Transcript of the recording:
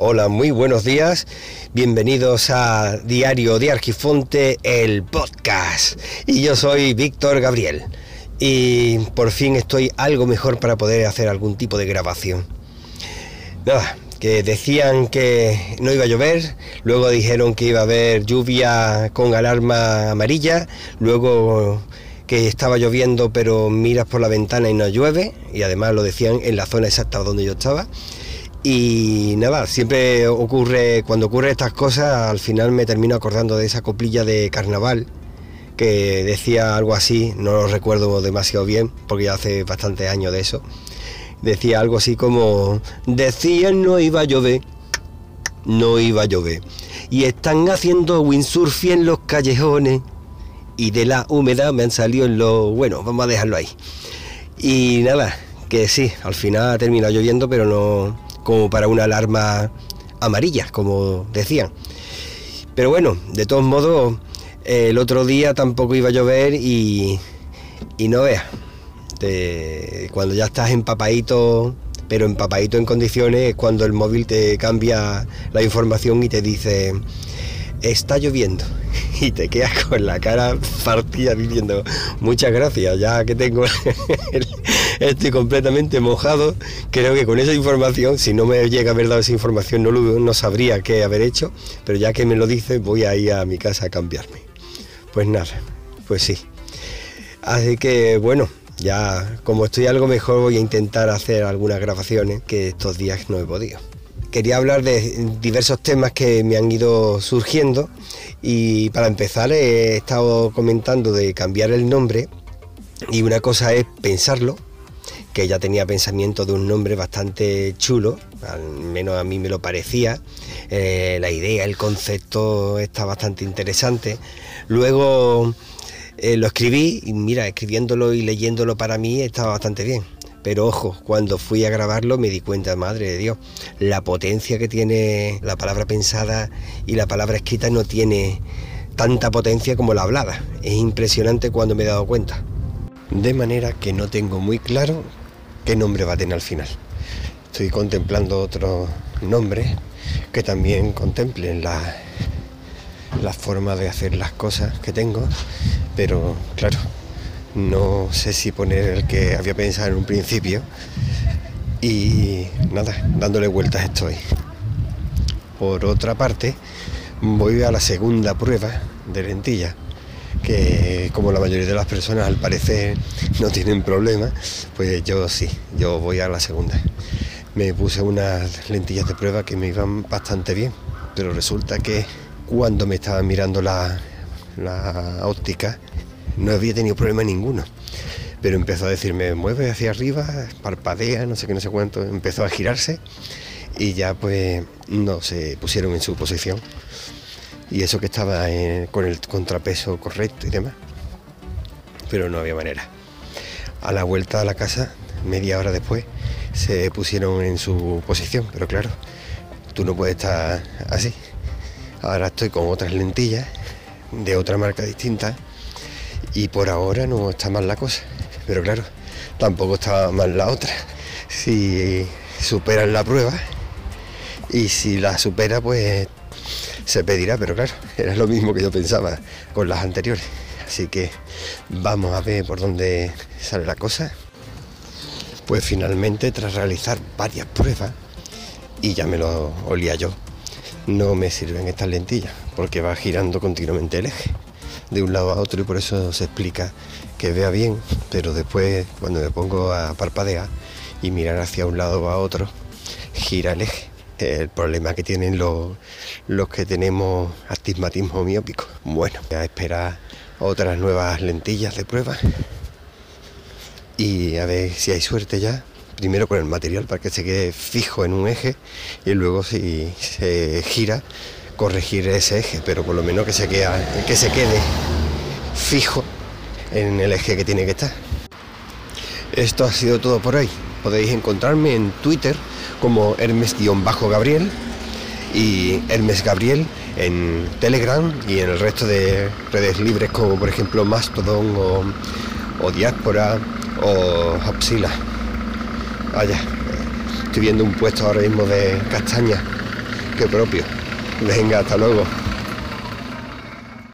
Hola, muy buenos días. Bienvenidos a Diario de Arquifonte, el podcast. Y yo soy Víctor Gabriel. Y por fin estoy algo mejor para poder hacer algún tipo de grabación. Nada, que decían que no iba a llover, luego dijeron que iba a haber lluvia con alarma amarilla, luego que estaba lloviendo pero miras por la ventana y no llueve, y además lo decían en la zona exacta donde yo estaba. Y nada, siempre ocurre, cuando ocurren estas cosas, al final me termino acordando de esa coplilla de Carnaval que decía algo así, no lo recuerdo demasiado bien porque ya hace bastantes años de eso. Decía algo así como: decían no iba a llover, no iba a llover, y están haciendo windsurf en los callejones y de la humedad me han salido en los... Bueno, vamos a dejarlo ahí. Y nada, que sí, al final ha terminado lloviendo, pero no como para una alarma amarilla, como decían. Pero bueno, de todos modos, el otro día tampoco iba a llover y no veas, cuando ya estás empapadito, pero empapadito en condiciones, es cuando el móvil te cambia la información y te dice: está lloviendo, y te quedas con la cara partida diciendo: muchas gracias, ya que tengo estoy completamente mojado. Creo que con esa información, si no me llega a haber dado esa información, no sabría qué haber hecho, pero ya que me lo dice, voy a ir a mi casa a cambiarme. Pues nada, pues sí. Así que bueno, ya como estoy algo mejor, voy a intentar hacer algunas grabaciones que estos días no he podido. Quería hablar de diversos temas que me han ido surgiendo, y para empezar he estado comentando de cambiar el nombre, y una cosa es pensarlo, que ya tenía pensamiento de un nombre bastante chulo, al menos a mí me lo parecía, la idea, el concepto está bastante interesante. Luego lo escribí y mira, escribiéndolo y leyéndolo para mí estaba bastante bien. Pero ojo, cuando fui a grabarlo me di cuenta, madre de Dios, la potencia que tiene la palabra pensada y la palabra escrita no tiene tanta potencia como la hablada. Es impresionante cuando me he dado cuenta. De manera que no tengo muy claro qué nombre va a tener al final. Estoy contemplando otros nombres que también contemplen la forma de hacer las cosas que tengo, pero claro, no sé si poner el que había pensado en un principio, y nada, dándole vueltas estoy. Por otra parte, voy a la segunda prueba de lentillas, que como la mayoría de las personas al parecer no tienen problema, pues yo sí, yo voy a la segunda. Me puse unas lentillas de prueba que me iban bastante bien, pero resulta que cuando me estaban mirando la óptica no había tenido problema ninguno, pero empezó a decirme: mueve hacia arriba, parpadea, no sé qué, no sé cuánto. Empezó a girarse y ya pues no se pusieron en su posición, y eso que estaba con el contrapeso correcto y demás, pero no había manera. A la vuelta a la casa, media hora después, se pusieron en su posición, pero claro, tú no puedes estar así. Ahora estoy con otras lentillas de otra marca distinta y por ahora no está mal la cosa, pero claro, tampoco está mal la otra. Si superan la prueba, y si la supera pues se pedirá, pero claro, era lo mismo que yo pensaba con las anteriores. Así que vamos a ver por dónde sale la cosa. Pues finalmente, tras realizar varias pruebas, y ya me lo olía yo, no me sirven estas lentillas porque va girando continuamente el eje de un lado a otro, y por eso se explica que vea bien, pero después cuando me pongo a parpadear y mirar hacia un lado o a otro, gira el eje. El problema que tienen los que tenemos astigmatismo miópico. Bueno, voy a esperar otras nuevas lentillas de prueba y a ver si hay suerte ya. Primero con el material para que se quede fijo en un eje, y luego si se gira, corregir ese eje, pero por lo menos que se quede fijo en el eje que tiene que estar. Esto ha sido todo por hoy. Podéis encontrarme en Twitter como Hermes-Gabriel y Hermes Gabriel en Telegram y en el resto de redes libres como por ejemplo Mastodon o Diáspora o Hopsila. Vaya, estoy viendo un puesto ahora mismo de castañas propio. Venga, hasta luego.